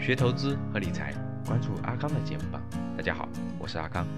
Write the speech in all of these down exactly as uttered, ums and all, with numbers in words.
学投资和理财，关注阿康的节目吧。大家好，我是阿康。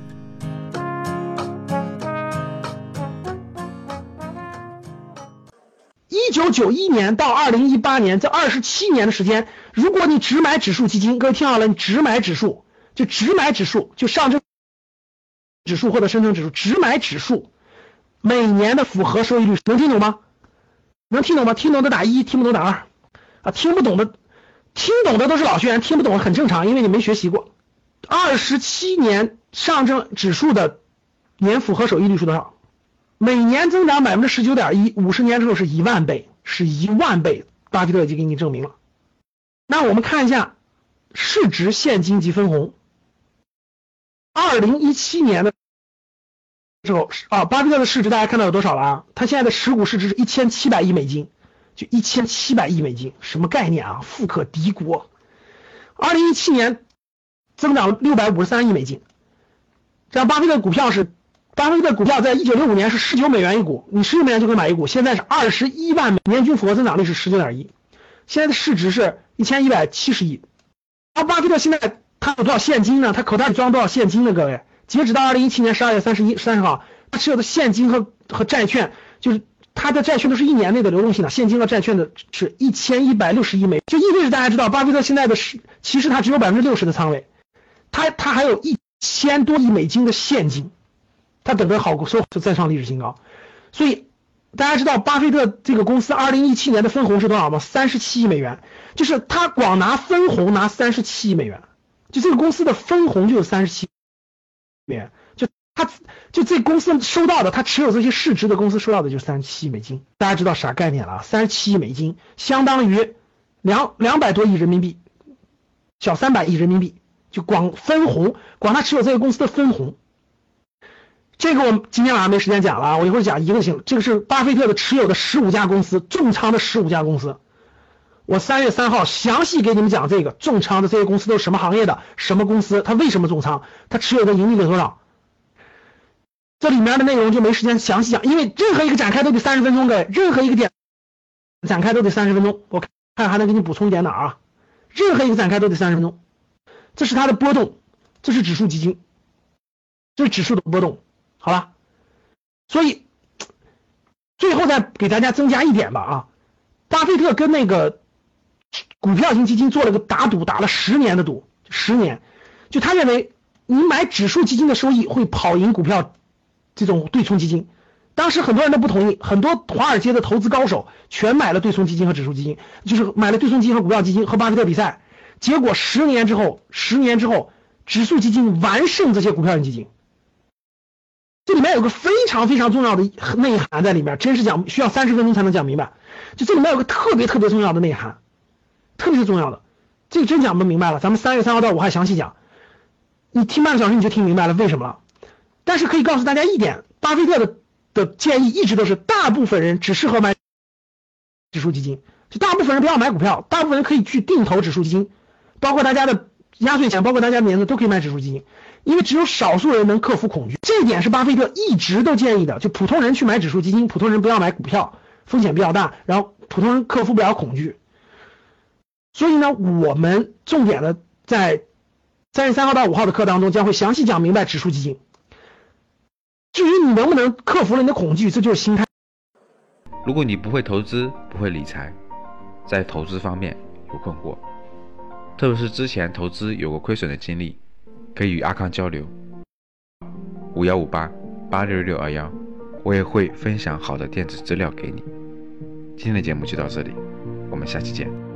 一九九一年到二零一八年这二十七年的时间，如果你只买指数基金，各位听好了，你只买指数，就只买指数，就上证指数或者深成指数，只买指数，每年的复合收益率能听懂吗？能听懂吗？听懂的打一，听不懂打二啊，听不懂的听懂的都是老学员，听不懂很正常，因为你没学习过。二十七年上证指数的年复合收益率是多少？每年增长 百分之十九点一， 五十年之后是一万倍，是一万倍，巴菲特已经给你证明了。那我们看一下市值、现金及分红。二零一七年的时候啊，巴菲特的市值大家看到有多少了啊？他现在的持股市值是一千七百亿美金，就一千七百亿美金，什么概念啊？富可敌国。二零一七年增长六百五十三亿美金，这样巴菲特股票是巴菲特股票在一九六五年是十九美元一股，你十九美元就可以买一股，现在是二十一万美，年均复合增长率是 十九点一， 现在的市值是一千一百七十亿。而巴菲特现在他有多少现金呢？他口袋里装多少现金呢？各位，截止到二零一七年十二月三十一三十号，他持有的现金和和债券，就是他的债券都是一年内的流动性的，现金和债券的是一千一百六十亿美，就意味着大家知道巴菲特现在的是其实他只有 百分之六十 的仓位，他他还有一千多亿美金的现金，他等着好股收再创历史新高。所以大家知道巴菲特这个公司二零一七年的分红是多少吗？三十七亿美元，就是他光拿分红拿三十七亿美元，就这个公司的分红就有三十七亿美元，就他就这公司收到的，他持有这些市值的公司收到的就三十七亿美金。大家知道啥概念了？三十七亿美金相当于两两百多亿人民币，小三百亿人民币，就光分红，光他持有这个公司的分红。这个我们今天晚上没时间讲了啊，我一会儿讲一个就行。这个是巴菲特的持有的十五家公司，重仓的十五家公司。我三月三号详细给你们讲这个重仓的这些公司都是什么行业的，什么公司，它为什么重仓，它持有的盈利有多少。这里面的内容就没时间详细讲，因为任何一个展开都得三十分钟，各位，任何一个点展开都得三十分钟。我看还能给你补充一点哪儿啊？任何一个展开都得三十分钟。这是它的波动，这是指数基金，这是指数的波动。好了，所以最后再给大家增加一点吧啊，巴菲特跟那个股票型基金做了个打赌，打了十年的赌，十年，就他认为你买指数基金的收益会跑赢股票这种对冲基金。当时很多人都不同意，很多华尔街的投资高手全买了对冲基金和指数基金，就是买了对冲基金和股票基金和巴菲特比赛，结果十年之后，十年之后，指数基金完胜这些股票型基金。这里面有个非常非常重要的内涵在里面，真是讲需要三十分钟才能讲明白。就这里面有个特别特别重要的内涵，特别是重要的，这个真讲不明白了。咱们三月三号到五号详细讲，你听半个小时你就听明白了为什么了。但是可以告诉大家一点，巴菲特的的建议一直都是，大部分人只适合买指数基金，就大部分人不要买股票，大部分人可以去定投指数基金，包括大家的压岁钱，包括大家的年资都可以买指数基金。因为只有少数人能克服恐惧，这一点是巴菲特一直都建议的，就普通人去买指数基金，普通人不要买股票，风险比较大，然后普通人克服不了恐惧。所以呢，我们重点的在三月三号到五号的课当中将会详细讲明白指数基金。至于你能不能克服了你的恐惧，这就是心态。 如果你不会投资，不会理财，在投资方面有困惑，特别是之前投资有过亏损的经历，可以与阿康交流，五一五八八六六二一，我也会分享好的电子资料给你。今天的节目就到这里，我们下期见。